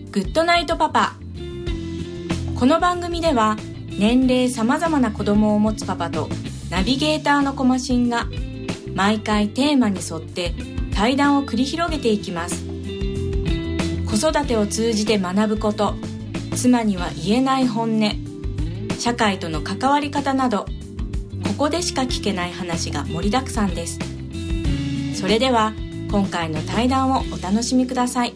グッドナイトパパ。この番組では年齢さまざまな子供を持つパパとナビゲーターのコマシンが毎回テーマに沿って対談を繰り広げていきます。子育てを通じて学ぶこと、妻には言えない本音、社会との関わり方など、ここでしか聞けない話が盛りだくさんです。それでは今回の対談をお楽しみください。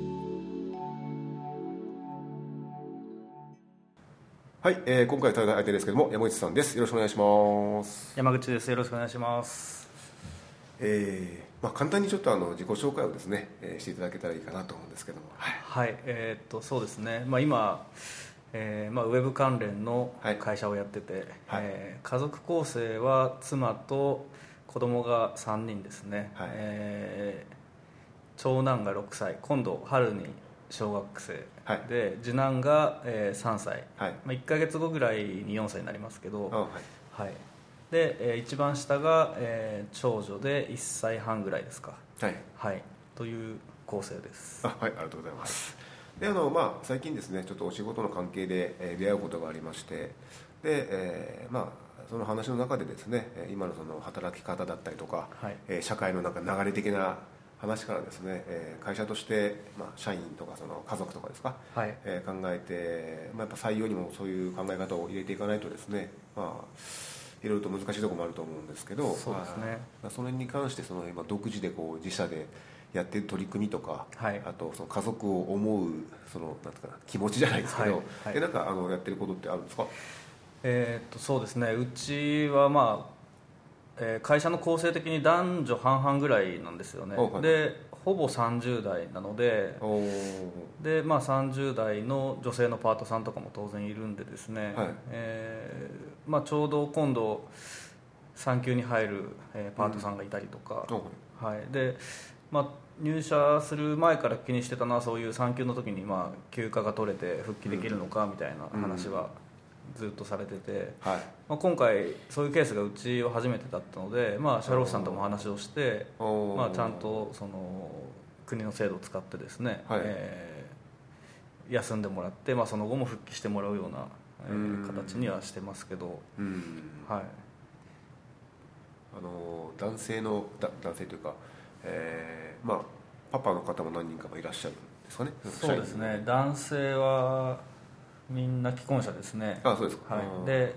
はい、今回の対談相手ですけども、山口さんです。よろしくお願いします。 山口です。よろしくお願いします。 簡単にちょっと自己紹介をですね、していただけたらいいかなと思うんですけども。 はい、そうですね、今、ウェブ関連の会社をやってて、家族構成は妻と子供が3人ですね、長男が6歳、今度春に小学生、で次男が3歳、1ヶ月後ぐらいに4歳になりますけど、で一番下が長女で1歳半ぐらいですか、という構成です。 ありがとうございます。で最近ですね、ちょっとお仕事の関係で出会うことがありまして、で、その話の中でですね、今のその働き方だったりとか、社会の流れ的な話からですね、会社として、社員とかその家族とかですか、考えて、やっぱ採用にもそういう考え方を入れていかないとですね、いろいろと難しいところもあると思うんですけど、 そうですね、 その辺に関してその今独自で自社でやっている取り組みとか、あとその家族を思うそのなんていうかな、気持ちじゃないですけど、でなんかやってることってあるんですか？ そうですね、うちは会社の構成的に男女半々ぐらいなんですよね。でほぼ30代なので、30代の女性のパートさんとかも当然いるんでですね、ちょうど今度産休に入るパートさんがいたりとか、で入社する前から気にしてたのは、そういう産休の時に休暇が取れて復帰できるのかみたいな話はずっとされてて、今回そういうケースがうちは初めてだったので、社労士さんとも話をして、ちゃんとその国の制度を使ってですね、休んでもらって、その後も復帰してもらうような形にはしてますけど、 男性というか、パパの方も何人かもいらっしゃるんですかね？ そうですね、男性はみんな既婚者ですね。 そうですか。 で、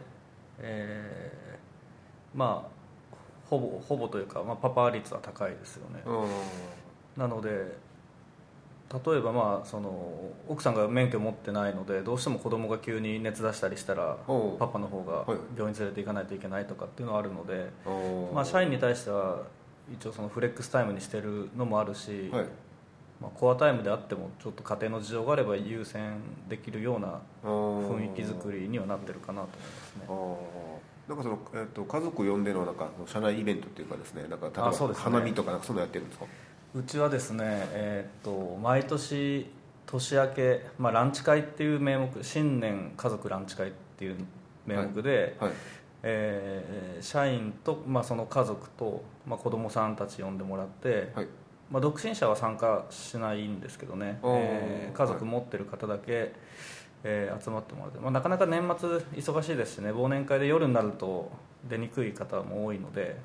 ほぼというか、パパ率は高いですよね。なので例えばその奥さんが免許を持ってないので、どうしても子供が急に熱出したりしたらパパの方が病院連れて行かないといけないとかっていうのはあるので、社員に対しては一応そのフレックスタイムにしてるのもあるし、コアタイムであってもちょっと家庭の事情があれば優先できるような雰囲気作りにはなってるかなと思いますね。 なんかその、家族呼んでのなんか社内イベントっていうかですね、なんか例えば花見とかなんかそういうのやってるんですか？ うちはですね、毎年年明け、ランチ会っていう名目、新年家族ランチ会っていう名目で、社員と、その家族と、子供さんたち呼んでもらって、独身者は参加しないんですけどね、家族持ってる方だけ、集まってもらって、なかなか年末忙しいですしね、忘年会で夜になると出にくい方も多いので、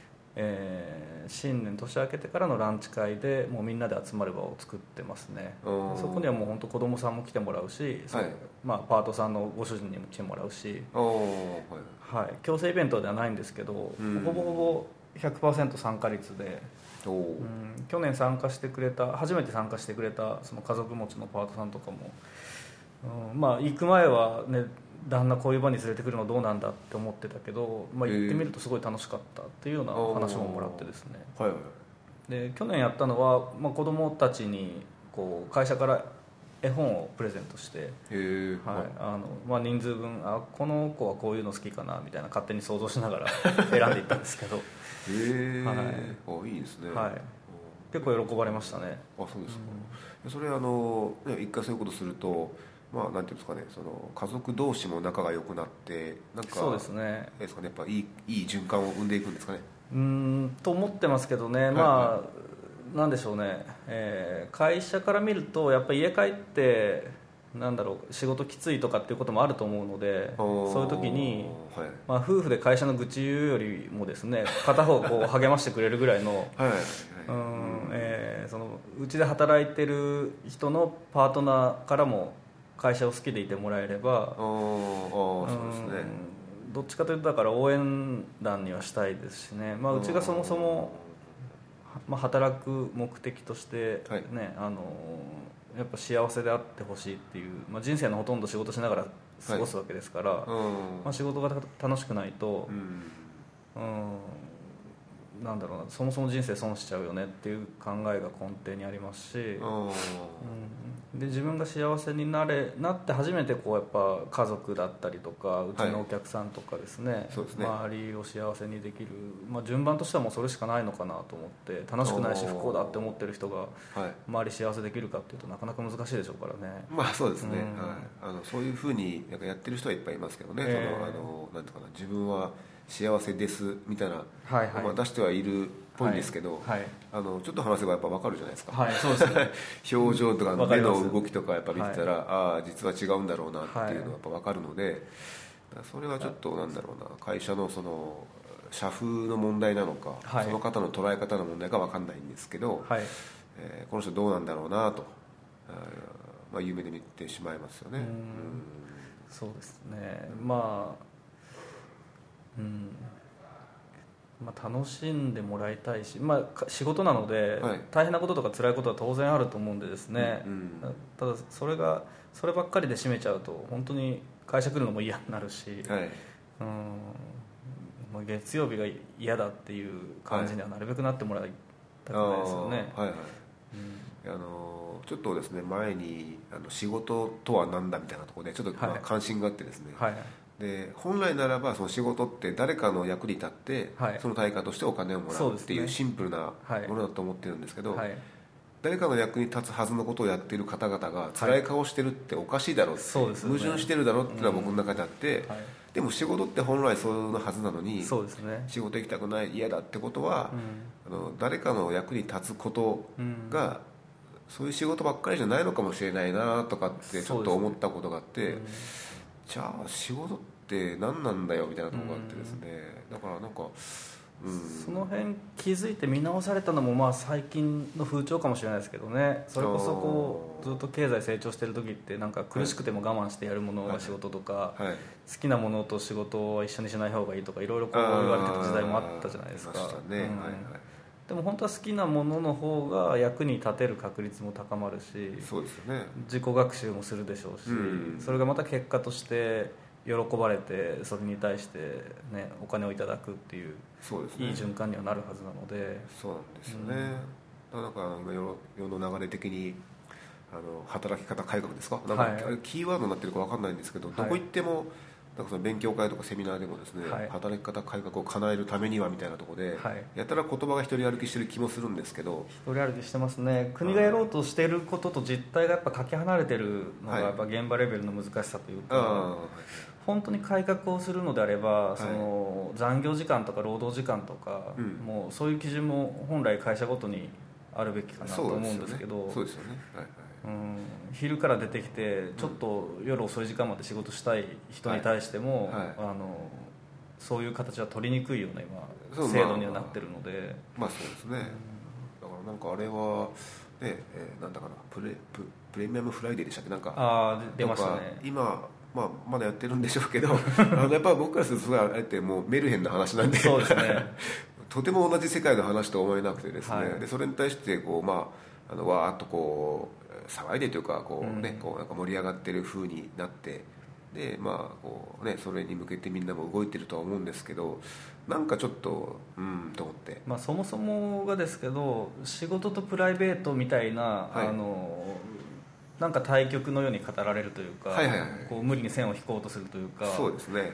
新年年明けてからのランチ会でもうみんなで集まる場を作ってますね。そこにはもう本当子供さんも来てもらうし、パートさんのご主人にも来てもらうし、強制イベントではないんですけど、ほぼほぼ 100% 参加率で、去年初めて参加してくれたその家族持ちのパートさんとかも、行く前はね、旦那こういう場に連れてくるのどうなんだって思ってたけど、行ってみるとすごい楽しかったっていうような話ももらってですね、で去年やったのは、子供たちに会社から絵本をプレゼントして、人数分、この子はこういうの好きかなみたいな勝手に想像しながら選んでいったんですけどいいですね。 結構喜ばれましたね。 そうですか。それ一回そういうことすると、なんていうんですかね、その家族同士も仲が良くなって、なんかそうですね、 ですかね、やっぱいい循環を生んでいくんですかね。 と思ってますけどね、 なんでしょうね、会社から見るとやっぱり家帰ってなんだろう仕事きついとかっていうこともあると思うので、そういう時に、はい、まあ、夫婦で会社の愚痴言うよりもですね片方こう励ましてくれるぐらいのうちで働いてる人のパートナーからも会社を好きでいてもらえれば、そうですね、どっちかというとだから応援団にはしたいですしね、まあ、うちがそもそも、まあ、働く目的としてね、はい、やっぱ幸せであってほしいっていう、まあ、人生のほとんど仕事しながら過ごすわけですから、はい、まあ、仕事が楽しくないと、なんだろうな、そもそも人生損しちゃうよねっていう考えが根底にありますし、で自分が幸せになって初めてこうやっぱ家族だったりとかうちのお客さんとかですね、はい、そうですね、周りを幸せにできる、まあ、順番としてはもうそれしかないのかなと思って、楽しくないし不幸だって思ってる人が周り幸せできるかっていうとなかなか難しいでしょうからね。 まあそうですね、はい、そういうふうになんかやってる人はいっぱいいますけどね、なんていうかな、自分は幸せですみたいな、はいはい、まあ、出してはいるっぽいんですけど、はいはい、ちょっと話せばやっぱ分かるじゃないですか、はい、そうですね表情とか目の動きとかやっぱ見てたら、はい、ああ実は違うんだろうなっていうのがやっぱ分かるので、それはちょっとなんだろうな、会社のその社風の問題なのか、はい、その方の捉え方の問題か分かんないんですけど、はい、この人どうなんだろうなと、まあ、夢で見てしまいますよね。 そうですね、まあまあ、楽しんでもらいたいし、まあ、仕事なので、はい、大変なこととか辛いことは当然あると思うんでですね、ただそればっかりで締めちゃうと本当に会社来るのも嫌になるし、はい、まあ、月曜日が嫌だっていう感じにはなるべくなってもらいたくないですよね。 ちょっとですね、前に仕事とは何だみたいなところでちょっとまあ関心があってですね、はいはい、で本来ならばその仕事って誰かの役に立って、はい、その対価としてお金をもらうっていうシンプルなものだと思ってるんですけど、はい、誰かの役に立つはずのことをやっている方々が辛い顔してるっておかしいだろうって、はい、矛盾してるだろうっていうのは僕の中であって、はい、でも仕事って本来そういうはずなのに、そうですね、仕事行きたくない、嫌だってことは、誰かの役に立つことが、そういう仕事ばっかりじゃないのかもしれないなとかってちょっと思ったことがあって、じゃあ仕事って何なんだよみたいなところがあってですね、だからなんか、 その辺気づいて見直されたのもまあ最近の風潮かもしれないですけどね。それこそこうずっと経済成長してる時ってなんか苦しくても我慢してやるものが仕事とか、はいはい、好きなものと仕事は一緒にしない方がいいとかいろいろこう言われてた時代もあったじゃないですか。でも本当は好きなものの方が役に立てる確率も高まるし、そうですよね、自己学習もするでしょうし、それがまた結果として喜ばれてそれに対して、ね、お金をいただくっていう、そうですね、いい循環にはなるはずなので。 そうなんですよね、なんか世の流れ的に働き方改革ですか、なんか、はい、キーワードになってるか分かんないんですけど、はい、どこ行ってもなんかその勉強会とかセミナーでもですね、はい、働き方改革を叶えるためにはみたいなところで、はい、やたら言葉が一人歩きしてる気もするんですけど、 一人歩きしてますね。国がやろうとしていることと実態がやっぱかけ離れてるのがやっぱ現場レベルの難しさというか、はい、本当に改革をするのであれば、その残業時間とか労働時間とか、もうそういう基準も本来会社ごとにあるべきかなと思うんですけど、そうですよね、はいはい、昼から出てきてちょっと夜遅い時間まで仕事したい人に対しても、はいはい、そういう形は取りにくいような今制度にはなってるので、 まあそうですね、だからなんかあれは、ね、なんだかな、プレミアムフライデーでしたっけ、なんか出ましたね。 今まだやってるんでしょうけどやっぱり僕からするとそれはあれってもうメルヘンな話なんで、そうですねとても同じ世界の話と思えなくてですね、はい、でそれに対してこう、わーっとこう騒いでというかこう、ね、こうなんか盛り上がってる風になって、でこうね、それに向けてみんなも動いてるとは思うんですけど、なんかちょっとと思って、 そもそもがですけど、仕事とプライベートみたいな、はい、なんか対極のように語られるというか、こう無理に線を引こうとするというか、 そうですね、はい、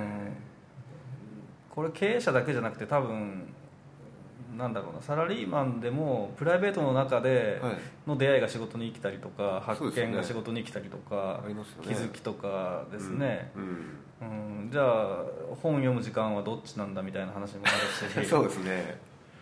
これ経営者だけじゃなくて多分なんだろうな、サラリーマンでもプライベートの中での出会いが仕事に生きたりとか、発見が仕事に生きたりとか、気づきとかですね、じゃあ本読む時間はどっちなんだみたいな話もあるしそうですね、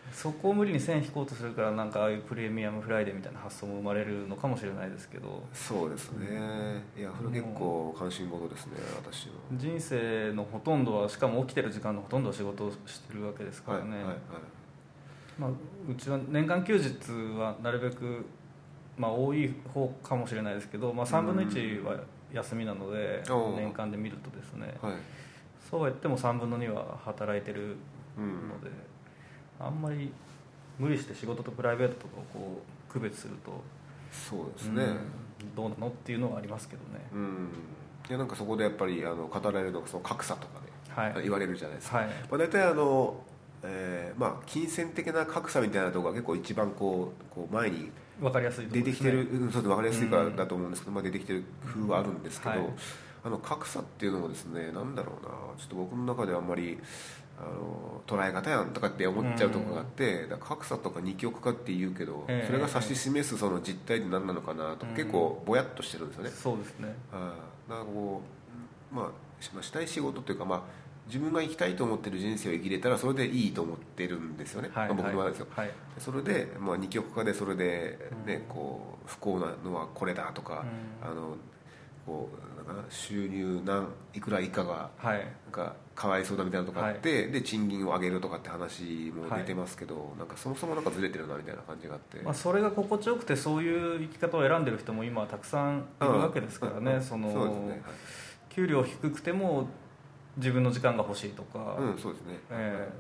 そこを無理に線引こうとするからなんかああいうプレミアムフライデーみたいな発想も生まれるのかもしれないですけど。 そうですね、いやそれ結構関心事ですね、私の人生のほとんどは、しかも起きてる時間のほとんどは仕事をしてるわけですからね、まあ、うちは年間休日はなるべく、まあ、多い方かもしれないですけど、まあ、3分の1は休みなので、年間で見るとですね、そうは言っても3分の2は働いてるので、あんまり無理して仕事とプライベートとかをこう区別すると、 そうですね、 どうなのっていうのはありますけどね。 いやなんかそこでやっぱり語られるのがその格差とかね、言われるじゃないですか、まあ、大体まあ、金銭的な格差みたいなところが結構一番こう前に分かりやすい出てきてる、そう分かりやすいからだと思うんですけど、まあ、出てきてる風はあるんですけど、格差っていうのもですね、なんだろうな、ちょっと僕の中ではあんまり捉え方やんとかって思っちゃうところがあって、だから格差とか二極化って言うけど、それが指し示すその実態って何なのかなと、結構ぼやっとしてるんですよね。 そうですね。 なんかこう、まあ、したい仕事というか、まあ、自分が生きたいと思ってる人生を生きれたらそれでいいと思ってるんですよね、僕の場合ですよ、それで、まあ、二極化でそれで、ね、こう不幸なのはこれだとか、こうなんか収入いくら以下が、なんかかわいそうだみたいなとかあって、で賃金を上げるとかって話も出てますけど、なんかそもそもなんかずれてるなみたいな感じがあって、 まあ、それが心地よくてそういう生き方を選んでる人も今たくさんいるわけですからね。給料低くても自分の時間が欲しいとか、 そうですね、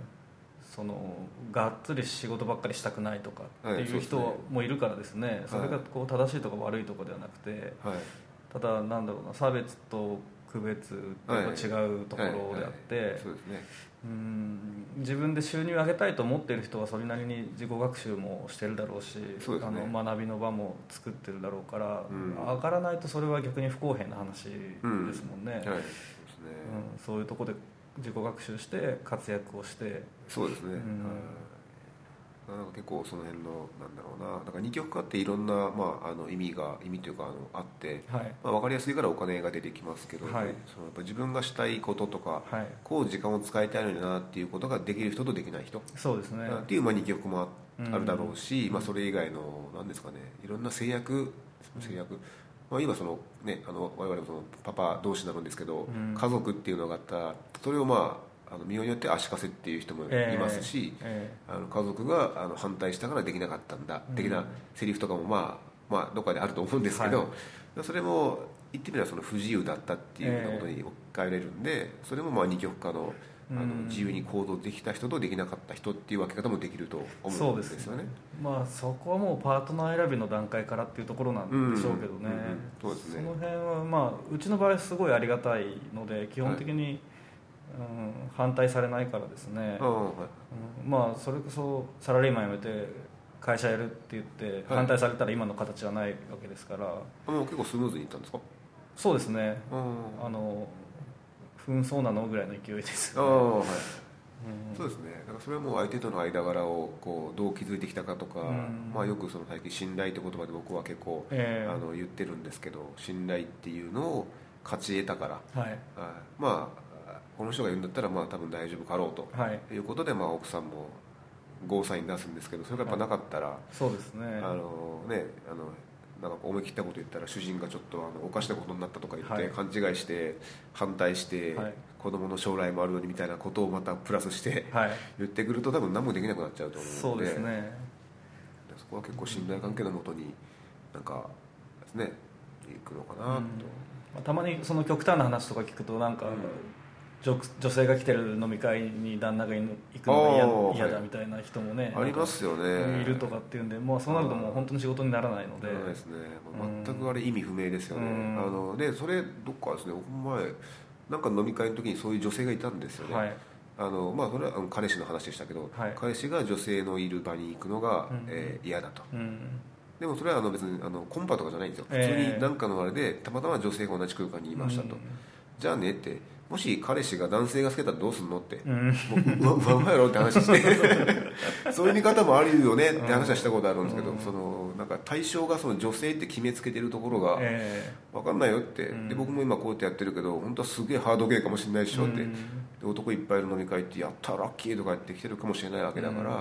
がっつり仕事ばっかりしたくないとかっていう人もいるからですね、それがこう正しいとか悪いとかではなくて、ただなんだろうな、差別と区別っていうのは違うところであって、自分で収入を上げたいと思っている人はそれなりに自己学習もしてるだろうし、学びの場も作ってるだろうから、上がらないとそれは逆に不公平な話ですもんね。そういうところで自己学習して活躍をして、 そうですね、なんか結構その辺のなんだろうな、なんか二極化っていろんな、まあ、意味というかあって、まあ、分かりやすいからお金が出てきますけど、そのやっぱ自分がしたいこととか、こう時間を使いたいのになっていうことができる人とできない人、 そうですね、 っていう、まあ、二極もあるだろうし、まあ、それ以外のなんですかね、いろんな制約、まあ、今その、ね、我々もそのパパ同士なのですけど、家族っていうのがあったら、それをまあ見ようによって足かせっていう人もいますし、家族が反対したからできなかったんだ的なセリフとかもまあどっかであると思うんですけど、それも言ってみればその不自由だったっていうようなことに置き換えれるんで、それもまあ二極化の自由に行動できた人とできなかった人っていう分け方もできると思うんですよね。 まあ、そこはもうパートナー選びの段階からっていうところなんでしょうけどね、その辺は、まあ、うちの場合はすごいありがたいので基本的に、反対されないからですね、まあ、それこそサラリーマン辞めて会社やるって言って反対されたら今の形はないわけですから、 結構スムーズにいったんですか？ そうですね、そうなのぐらいの勢いですね。 そうですね、だからそれはもう相手との間柄をこうどう築いてきたかとか、まあ、よくその最近信頼って言葉で僕は結構、言ってるんですけど、信頼っていうのを勝ち得たから、まあこの人が言うんだったらまあ多分大丈夫かろうということで、まあ、奥さんもゴーサイン出すんですけど、それがやっぱなかったら、 そうですね、 なんか思い切ったこと言ったら主人がちょっと犯したことになったとか言って勘違いして反対して、子供の将来もあるのにみたいなことをまたプラスして言ってくると多分何もできなくなっちゃうと思うので、 そうですね、 そこは結構信頼関係のもとになんかですねいくのかなと。 たまにその極端な話とか聞くとなんか、女性が来てる飲み会に旦那が行くのが嫌だみたいな人もね、 ありますよね、 いるとかっていうんで、まあ、そうなるともう本当に仕事にならないので、 そうですね、全くあれ意味不明ですよね。でそれどっかですね、僕前なんか飲み会の時にそういう女性がいたんですよね。まあ、それは彼氏の話でしたけど、彼氏が女性のいる場に行くのが嫌だと。でもそれは別にコンパとかじゃないんですよ。普通に何かのあれでたまたま女性が同じ空間にいましたと。じゃあねって、もし彼氏が男性が好きだったらどうすんのって、もううまいろって話してそういう見方もあるよねって話はしたことあるんですけど、なんか対象がその女性って決めつけてるところが分かんないよって、で僕も今こうやってやってるけど本当はすげえハードゲーかもしれないでしょって、で男いっぱいいる飲み会ってやったらラッキーとか言ってきてるかもしれないわけだから、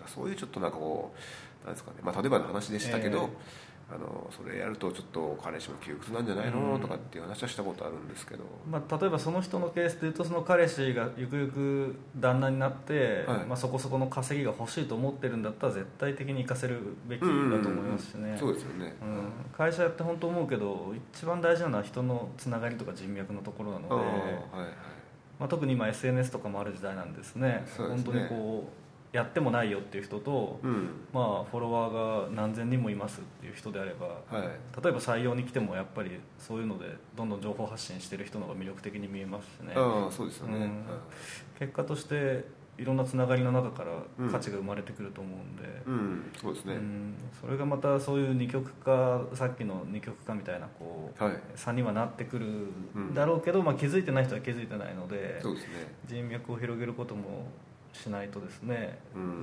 そういうちょっとなんかこうなんですかね、例えばの話でしたけど、それやるとちょっと彼氏も窮屈なんじゃないの、とかっていう話はしたことあるんですけど、 例えばその人のケースでいうと、その彼氏がゆくゆく旦那になって、そこそこの稼ぎが欲しいと思ってるんだったら絶対的に行かせるべきだと思いますしね。 そうですよね、 会社やって本当思うけど、一番大事なのは人のつながりとか人脈のところなので、特に今 SNS とかもある時代なんですね。本当にこうやってもないよっていう人と、フォロワーが何千人もいますっていう人であれば、例えば採用に来てもやっぱりそういうのでどんどん情報発信してる人の方が魅力的に見えますしね。 そうですよね、 結果としていろんなつながりの中から価値が生まれてくると思うんで、 そうですね、 それがまたそういう二極化、さっきの二極化みたいなこう、差にはなってくるだろうけど、気づいてない人は気づいてないので、 そうですね、 人脈を広げることもしないとですね、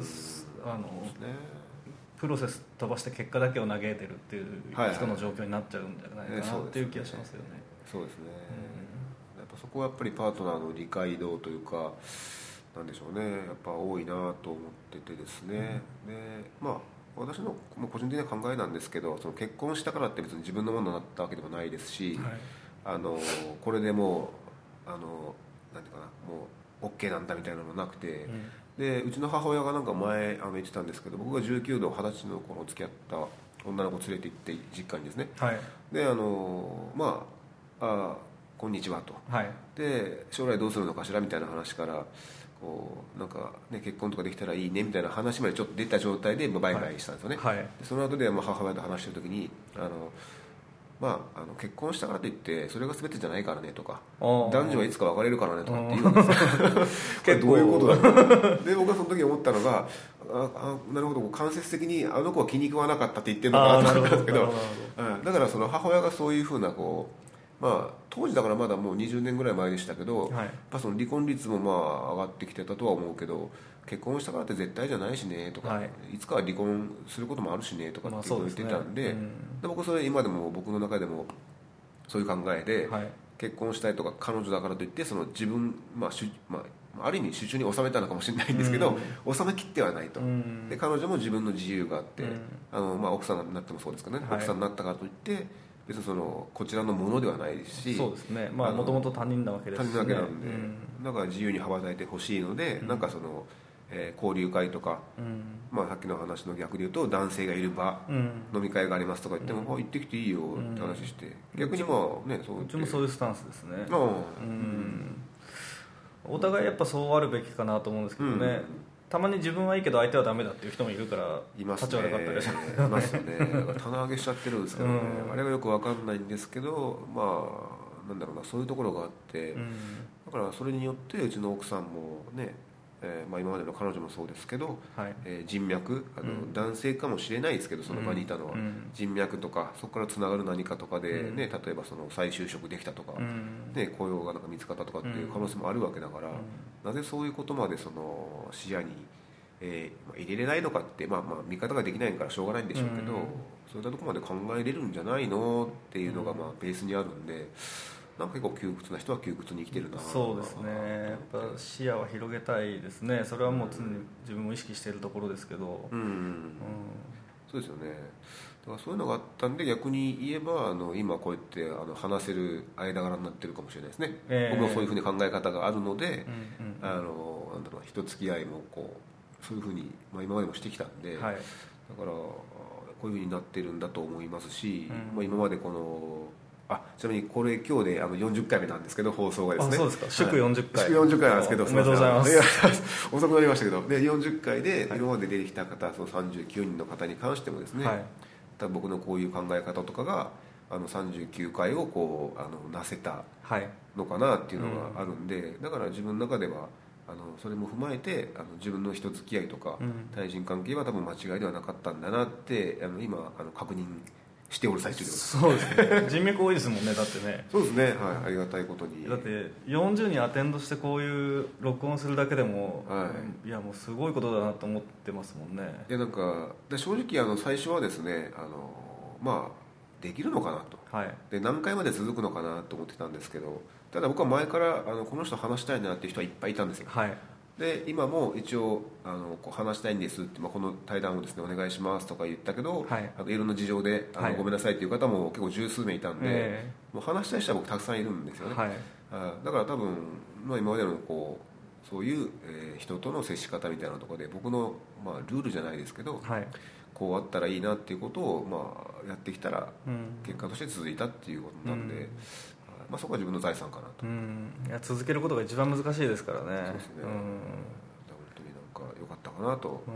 プロセス飛ばして結果だけを嘆いてるっていう人の状況になっちゃうんじゃないかなっていう気がしますよね。 そうですね、やっぱそこはやっぱりパートナーの理解度というかなんでしょうね、やっぱ多いなと思っててですね、で私の個人的な考えなんですけど、その結婚したからって別に自分のものになったわけでもないですし、これでもうなんていうかな、もうOK なんだみたいなのもなくて、でうちの母親がなんか前言ってたんですけど、僕が19度20歳の頃付き合った女の子連れて行って実家にですね、でこんにちはと、で将来どうするのかしらみたいな話からこうなんか、ね、結婚とかできたらいいねみたいな話までちょっと出た状態でバイバイしたんですよね、でその後で母親と話してる時に結婚したからといってそれが全てじゃないからねとか、男女はいつか別れるからねとかって言うんですよこれどういうことだろうで僕はその時思ったのがなるほど、間接的にあの子は気に食わなかったって言ってるのかなと思ったんですけど、だからその母親がそういうふうなこう、当時だからまだもう20年ぐらい前でしたけど、やっぱその離婚率も上がってきてたとは思うけど、結婚したからって絶対じゃないしねとか、いつかは離婚することもあるしねとかって言ってたんで、で僕それ今でも僕の中でもそういう考えで、結婚したいとか彼女だからといってその自分、ある意味手中に収めたのかもしれないんですけど、収めきってはないと、で彼女も自分の自由があって、奥さんになってもそうですけどね、奥さんになったからといって別にそのこちらのものではないですし、 そうですね、もともと他人なわけですし、 他人なわけなんで、だから自由に羽ばたいてほしいので、なんかその交流会とか、さっきの話の逆で言うと男性がいる場、飲み会がありますとか言っても、行ってきていいよって話して、逆にね、 うちもそういうスタンスですね。お互いやっぱそうあるべきかなと思うんですけどね、たまに自分はいいけど相手はダメだっていう人もいるから立ち悪かったりしますよね。棚上げしちゃってるんですけどね、あれがよく分かんないんですけど、なんだろうな、そういうところがあって、だからそれによってうちの奥さんもね、今までの彼女もそうですけど、人脈、男性かもしれないですけどその場にいたのは、人脈とかそこからつながる何かとかで、例えばその再就職できたとか、雇用がなんか見つかったとかっていう可能性もあるわけだから、なぜそういうことまでその視野に、入れれないのかって、見方ができないからしょうがないんでしょうけど、そういったところまで考えれるんじゃないのっていうのがベースにあるんで。なんか結構窮屈な人は窮屈に生きてるな。 そうですね、やっぱ視野は広げたいですね。それはもう常に自分も意識しているところですけど、 そうですよね。だからそういうのがあったんで、逆に言えば今こうやって話せる間柄になってるかもしれないですね、僕もそういうふうに考え方があるので、なんだろう、人付き合いもこうそういうふうに、今までもしてきたんで、だからこういうふうになってるんだと思いますし、今までこのちなみにこれ今日で40回目なんですけど、放送がですね。 そうですか、祝40回、 祝40回なんですけど、 おめでとうございます。 遅くなりましたけど、で40回で今まで出てきた方、その39人の方に関してもですね、多分僕のこういう考え方とかが39回をこうなせたのかなっていうのがあるんで、だから自分の中ではそれも踏まえて自分の人付き合いとか、対人関係は多分間違いではなかったんだなって今確認しておる最中でございます。 そうですね、人脈多いですもんね。だってね、 そうですね、ありがたいことに。 だって40人アテンドしてこういう録音するだけでも、いやもうすごいことだなと思ってますもんね。 いやなんか正直最初はですね、できるのかなと、で何回まで続くのかなと思ってたんですけど、ただ僕は前からこの人話したいなっていう人はいっぱいいたんですよ、 で今も一応こう話したいんですって、この対談をですねお願いしますとか言ったけど、いろんな事情でごめんなさいっていう方も結構十数名いたんで、もう話したい人は僕たくさんいるんですよね、だから多分、今までのこうそういう、人との接し方みたいなところで僕の、ルールじゃないですけど、こうあったらいいなっていうことを、やってきたら結果として続いたっていうことなんで、そこは自分の財産かなと。 いや続けることが一番難しいですからね。 そうですね、本当になんか良かったかなと。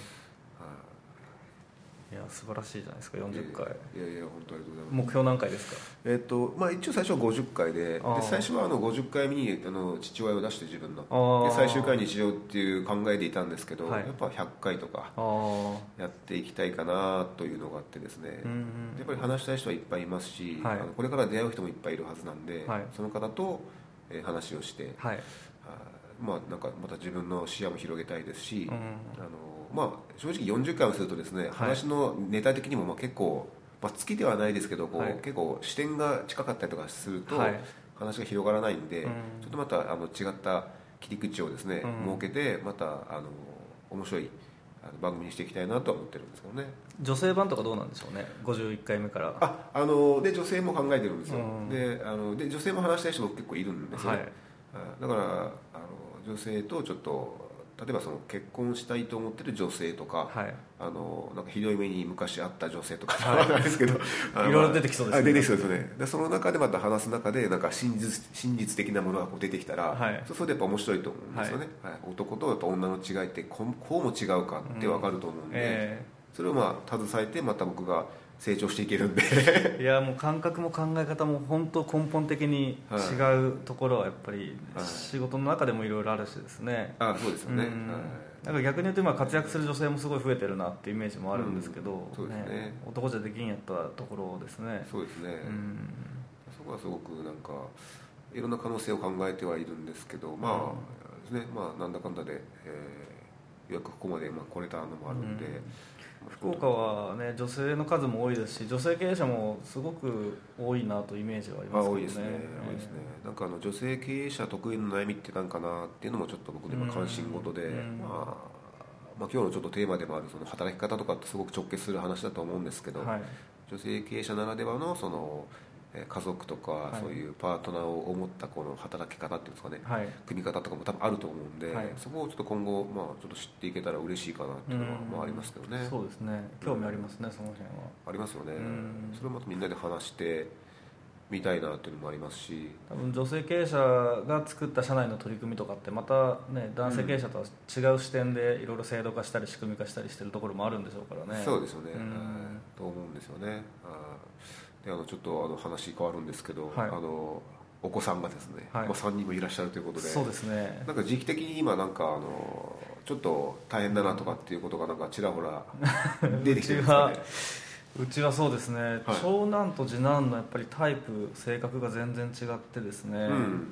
いや素晴らしいじゃないですか、40回。 いや本当ありがとうございます。 目標何回ですか？ 一応最初は50回で、最初は50回目に父親を出して自分ので最終回にしようっていう考えでいたんですけど、やっぱ100回とかやっていきたいかなというのがあってですね、やっぱり話したい人はいっぱいいますし、これから出会う人もいっぱいいるはずなんで、その方と話をして、なんかまた自分の視野も広げたいですし、正直40回もするとですね、話のネタ的にも結構、尽きではないですけど結構視点が近かったりとかすると、話が広がらないんで、ちょっとまた違った切り口をですね、設けてまた面白い番組にしていきたいなとは思ってるんですけどね。 女性版とかどうなんでしょうね、51回目から。 で女性も考えてるんですよ、で女性も話したい人も結構いるんですよね、だから女性とちょっと例えばその結婚したいと思ってる女性とか、なんかひどい目に昔会った女性とかなんですけど、いろいろ出てきそうですね。 出てきそうですね。でその中でまた話す中でなんか真実的なものがこう出てきたら、それでやっぱ面白いと思うんですよね、男とやっぱ女の違いってこうも違うかって分かると思うんで、それを携えてまた僕が成長していけるんでいやもう感覚も考え方も本当根本的に違うところはやっぱり仕事の中でもいろいろあるしですね。 そうですよね。 なんか逆に言うと今活躍する女性もすごい増えてるなっていうイメージもあるんですけど、男じゃできんやったところですね。 そうですね、そこはすごくなんかいろんな可能性を考えてはいるんですけど、なんだかんだで、ようやくここまで来れたのもあるんで、 福岡はね女性の数も多いですし、女性経営者もすごく多いなというイメージはありますけどね。 多いですね、多いですね。なんか女性経営者特有の悩みって何かなっていうのもちょっと僕の関心事で、今日のちょっとテーマでもあるその働き方とかってすごく直結する話だと思うんですけど、女性経営者ならではのその家族とかそういうパートナーを思ったこの働き方っていうんですかね、組み方とかも多分あると思うんで、そこをちょっと今後ちょっと知っていけたら嬉しいかなっていうのはありますけどね。 そうですね、興味ありますね、その辺はありますよね。それをまたみんなで話してみたいなっていうのもありますし、 多分女性経営者が作った社内の取り組みとかってまたね男性経営者とは違う視点でいろいろ制度化したり仕組み化したりしてるところもあるんでしょうからね。 そうですよね、と思うんですよね。でちょっと話変わるんですけど、お子さんがですね、3人もいらっしゃるということで、 そうですね、 なんか時期的に今なんかちょっと大変だなとかっていうことがなんかちらほら出てきてるんですかね。 うちはそうですね、長男と次男のやっぱりタイプ性格が全然違ってですね、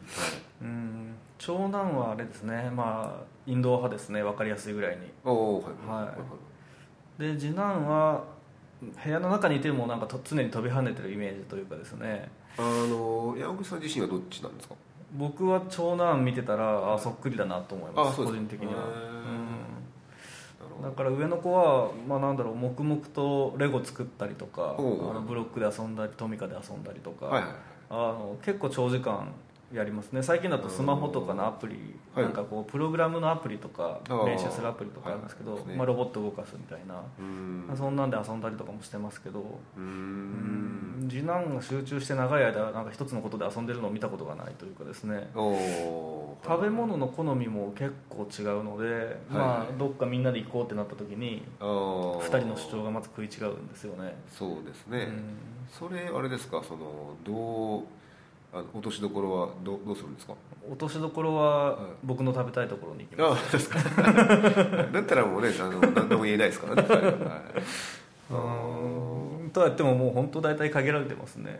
長男はあれですね、インドア派ですね、分かりやすいぐらいに。で次男は部屋の中にいてもなんか常に飛び跳ねてるイメージというかですね。 山口さん自身はどっちなんですか？ 僕は長男見てたらそっくりだなと思います、個人的には。だから上の子は、黙々とレゴ作ったりとか、ブロックで遊んだりトミカで遊んだりとか、結構長時間やりますね。最近だとスマホとかのアプリ、なんかこうプログラムのアプリとか練習するアプリとかあるんですけど、ロボット動かすみたいな、そんなんで遊んだりとかもしてますけど、次男が集中して長い間なんか一つのことで遊んでるのを見たことがないというかですね。食べ物の好みも結構違うので、どっかみんなで行こうってなった時に2人の主張がまず食い違うんですよね。 そうですね、それあれですか、落としどころはどうするんですか？ 落としどころは僕の食べたいところに行きます。 ですかだったらもうね何でも言えないですからねとは言ってももう本当大体限られてますね。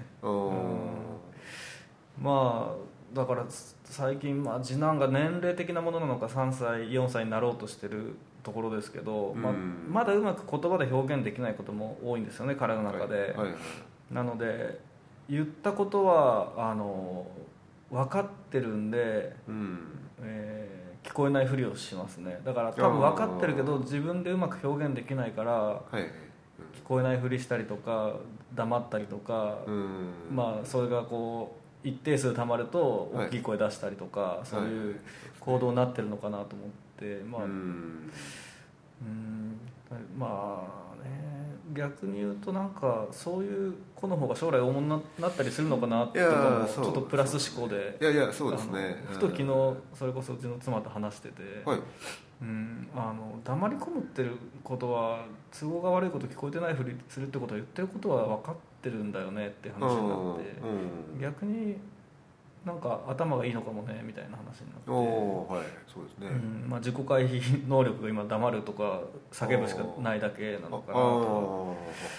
だから最近、次男が年齢的なものなのか3歳4歳になろうとしてるところですけど、まだうまく言葉で表現できないことも多いんですよね、彼の中で。なので言ったことは分かってるんで、聞こえないふりをしますね。だから多分分かってるけど自分でうまく表現できないから、はい聞こえないふりしたりとか黙ったりとか、まあそれがこう一定数たまると大きい声出したりとか、そういう行動になってるのかなと思って、まあまあね、逆に言うとなんかそういう子の方が将来大物になったりするのかなってとかもちょっとプラス思考で、 いやそうですね。 ふと昨日それこそうちの妻と話してて、はい、黙り込むってることは都合が悪いこと聞こえてないふりするってことは言ってることは分かってるんだよねって話になって、逆になんか頭がいいのかもねみたいな話になって、 はい、そうですね、 まあ、自己回避能力が今黙るとか叫ぶしかないだけなのかなと。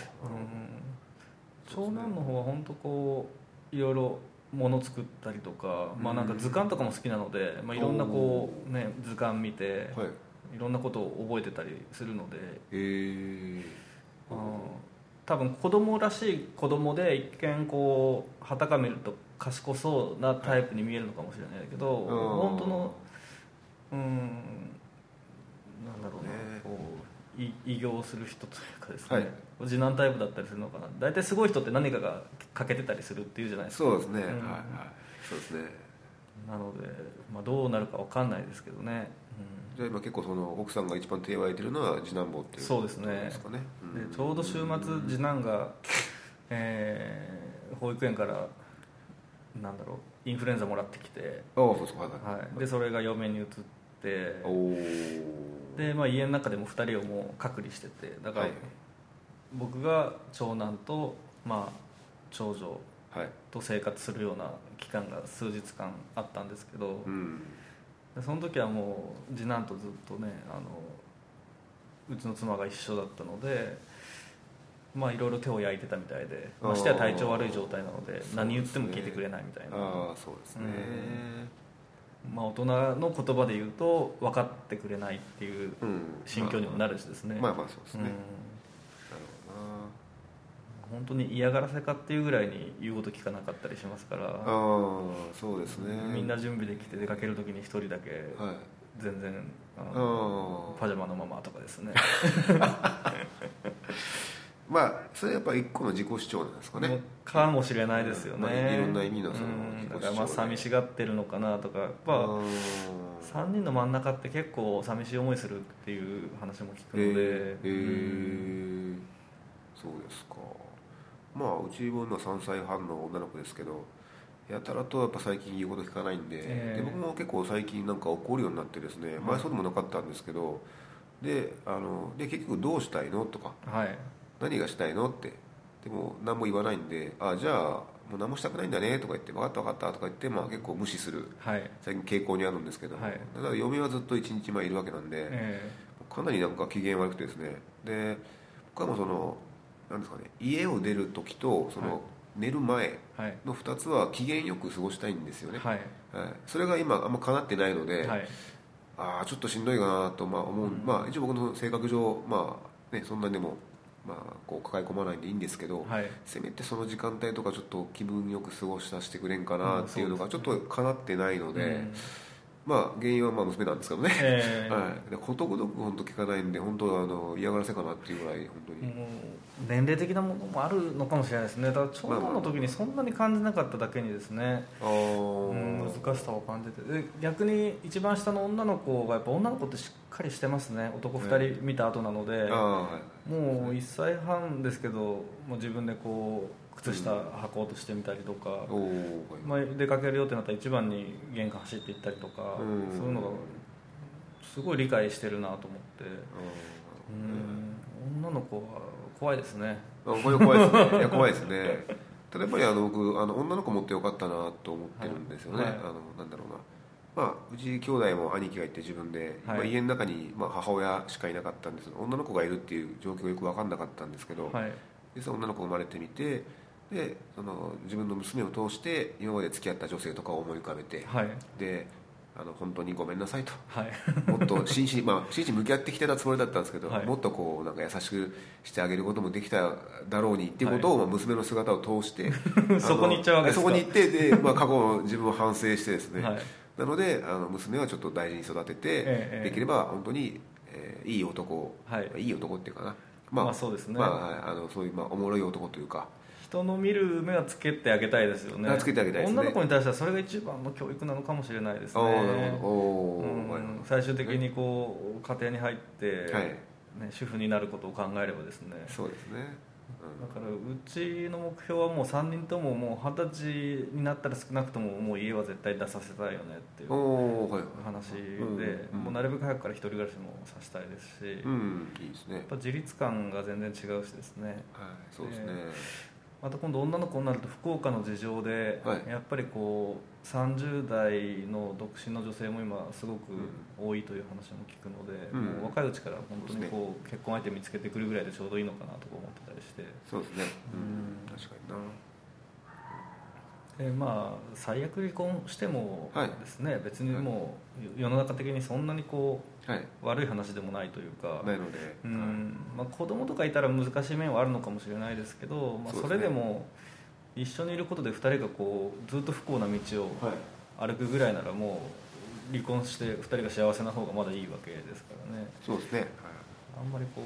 長男の方は本当こういろいろ物作ったりとか、まあ、なんか図鑑とかも好きなので、まあ、いろんなこう、ね、図鑑見て、はい、いろんなことを覚えてたりするので、多分子供らしい子供で一見こう傍から見ると賢そうなタイプに見えるのかもしれないけど、本当のなんだろうな、こう異業する人というかですね、はい、次男タイプだったりするのかな。大体すごい人って何かが欠けてたりするっていうじゃないですか。 そうですね、はいはい、そうですね。 なので、まあ、どうなるか分かんないですけどね。 じゃあ今結構その奥さんが一番手を挙げてるのは次男坊っていうそうですね。でちょうど週末次男が、保育園からなんだろうインフルエンザもらってきて、でそれが嫁に移って、で、まあ、家の中でも2人をもう隔離してて、だから、僕が長男と、まあ、長女と生活するような期間が数日間あったんですけど、その時はもう次男とずっとねうちの妻が一緒だったので、まあいろいろ手を焼いてたみたいで、ましては体調悪い状態なので何言っても聞いてくれないみたいな。 そうですね、 まあ、大人の言葉で言うと分かってくれないっていう心境にもなるしですね。 まあそうですね、なるほどな。 本当に嫌がらせかっていうぐらいに言うこと聞かなかったりしますから。 そうですね。 みんな準備できて出かける時に一人だけ全然パジャマのままとかですねまあそれやっぱり一個の自己主張なんですかね。 かもしれないですよね、 いろんな意味のその自己主張だからまあ寂しがってるのかなとか、やっぱ3人の真ん中って結構寂しい思いするっていう話も聞くので。 そうですか。まあうちも今3歳半の女の子ですけど、やたらとやっぱ最近言うこと聞かないんで、で僕も結構最近なんか怒るようになってですね、前そうでもなかったんですけど、で結局どうしたいのとか、何がしたいのって、でも何も言わないんで、じゃあもう何もしたくないんだねとか言って、分かった分かったとか言って、まあ結構無視する、最近傾向にあるんですけど、だから嫁はずっと1日いるわけなんで、かなりなんか機嫌悪くてですね、で僕はもうそのなんですかね、家を出る時とその寝る前の2つは機嫌よく過ごしたいんですよね、それが今あんま叶ってないので、ちょっとしんどいかなと思う、一応僕の性格上、そんなにでも、こう抱え込まないんでいいんですけど、せめてその時間帯とかちょっと気分よく過ごさせてくれんかなっていうのがちょっと叶ってないので、原因は娘なんですけどね、ことごとく本当聞かないんで、本当嫌がらせかなっていうぐらい本当に年齢的なものもあるのかもしれないですね。だから長男の時にそんなに感じなかっただけにですね、難しさを感じて、で逆に一番下の女の子がやっぱ女の子ってしっかりしてますね。男2人見た後なので、もう1歳半ですけど、もう自分でこう靴下履こうとしてみたりとか、出かけるよってなったら一番に玄関走って行ったりとか、そういうのがすごい理解してるなと思って、女の子は怖いですね。 怖いですね。いや怖いですね。ただやっぱり僕女の子持ってよかったなと思ってるんですよね。なんだろうな、うち兄弟も兄貴がいて自分で、家の中に母親しかいなかったんです。女の子がいるっていう状況がよく分かんなかったんですけど、実際女の子生まれてみて、で自分の娘を通して今まで付き合った女性とかを思い浮かべて、で本当にごめんなさいと、もっと真摯に向き合ってきてたつもりだったんですけど、もっとこうなんか優しくしてあげることもできただろうにっていうことを、娘の姿を通してそこに行っちゃうわけですか。 そこに行って、で過去の自分を反省してですね、 なので娘はちょっと大事に育てて、できれば本当に、いい男、いい男っていうかな、 まあそうですね、 そういうおもろい男というか、 人の見る目はつけてあげたいですよね。 つけてあげたいですね。 女の子に対してはそれが一番の教育なのかもしれないですね。最終的にこう家庭に入って、主婦になることを考えればですね。 そうですね。 だからうちの目標はもう3人とももう20歳になったら少なくとももう家は絶対出させたいよねっていう話で、もうなるべく早くから一人暮らしもさせたいですし、 いいですね。 やっぱ自立感が全然違うしですね。 そうですね。 また今度女の子になると福岡の事情で、やっぱりこう30代の独身の女性も今すごく多いという話も聞くので、もう若いうちから本当にこう結婚相手見つけてくるぐらいでちょうどいいのかなとか思ってたりして。 そうですね。確かにな。 まあ最悪離婚してもですね、別にもう世の中的にそんなにこう、悪い話でもないというか、 ないので、 子供とかいたら難しい面はあるのかもしれないですけど、それでも一緒にいることで2人がこうずっと不幸な道を歩くぐらいならもう離婚して2人が幸せな方がまだいいわけですからね。 そうですね。 あんまりこ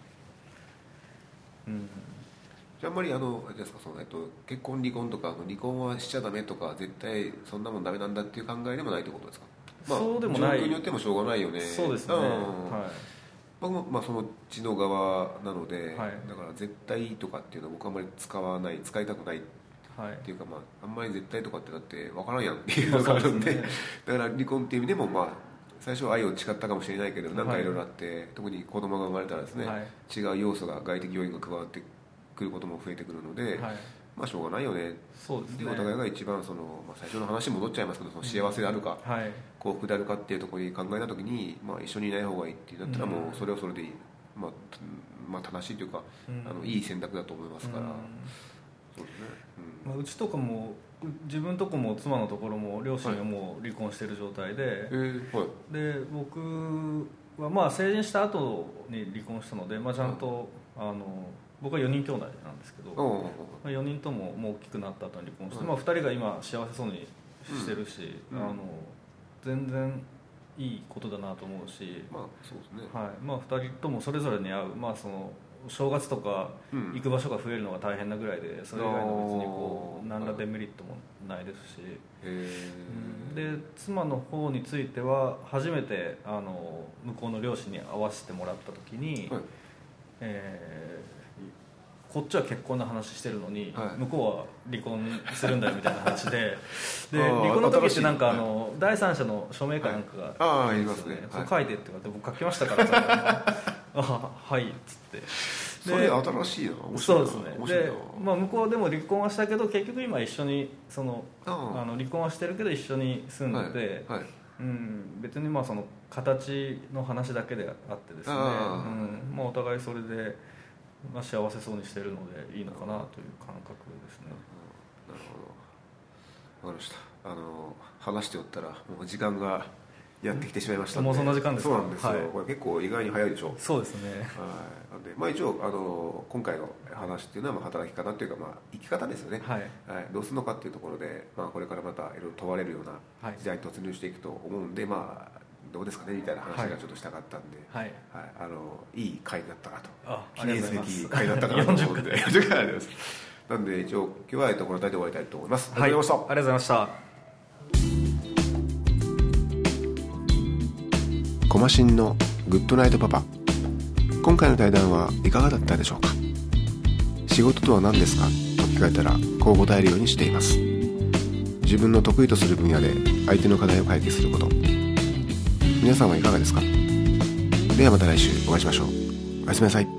う、 じゃああんまりですか、結婚離婚とか離婚はしちゃダメとか絶対そんなもんダメなんだっていう考えでもないってことですか。 そうでもない。 状況によってもしょうがないよね。 そうですね。 僕もその地の側なので、だから絶対とかっていうのは僕はあんまり使いたくないっていうか、あんまり絶対とかってだって分からんやんっていうのがあるんで、だから離婚っていう意味でも最初は愛を誓ったかもしれないけど、なんかいろいろあって、特に子供が生まれたらですね、違う要素が外的要因が加わってくることも増えてくるので、しょうがないよね。 そうですね。 お互いが一番最初の話に戻っちゃいますけど、幸せであるか、幸福であるかっていうところに考えたときに、一緒にいない方がいいってなったらもうそれはそれでいい、正しいというか、いい選択だと思いますから。そうですね。 うちとかも自分とこも妻のところも両親はもう離婚している状態で、で僕は成人した後に離婚したので、ちゃんと僕は4人兄弟なんですけど、4人とももう大きくなった後に離婚して、2人が今幸せそうにしてるし、全然いいことだなと思うし、 そうですね。 2人ともそれぞれに合う、正月とか行く場所が増えるのが大変なぐらいで、それ以外の別にこう何らデメリットもないですし、で妻の方については初めて向こうの両親に会わせてもらった時に、こっちは結婚の話してるのに、向こうは離婚するんだよみたいな話で離婚の時ってなんか第三者の署名かなんかがいますね。 そう書いてって言われて、僕書きましたからはいっつって、 それ新しいな。 そうですね。で、向こうでも離婚はしたけど結局今一緒に離婚はしてるけど一緒に住んでて、別にその形の話だけであってですね、お互いそれで幸せそうにしてるのでいいのかなという感覚ですね。 なるほど、分かりました。話しておったらもう時間がやってきてしまいましたので。 もうそんな時間ですか。 そうなんですよ、これ結構意外に早いでしょ。 そうですね。 なんで一応今回の話っていうのは働き方っていうか生き方ですよね。どうするのかっていうところで、これからまたいろいろ問われるような時代に突入していくと思うんで、どうですかねみたいな話がちょっとしたかったんで、いい回だったなと、記念すべき回だったかなと思うんで40回あります。なんで一応今日はこの辺りで終わりたいと思います。ありがとうございました。 ありがとうございました。 コマシンのグッドナイトパパ、今回の対談はいかがだったでしょうか。仕事とは何ですかと聞かれたらこう答えるようにしています。自分の得意とする分野で相手の課題を解決すること。皆さんはいかがですか。ではまた来週お会いしましょう。おやすみなさい。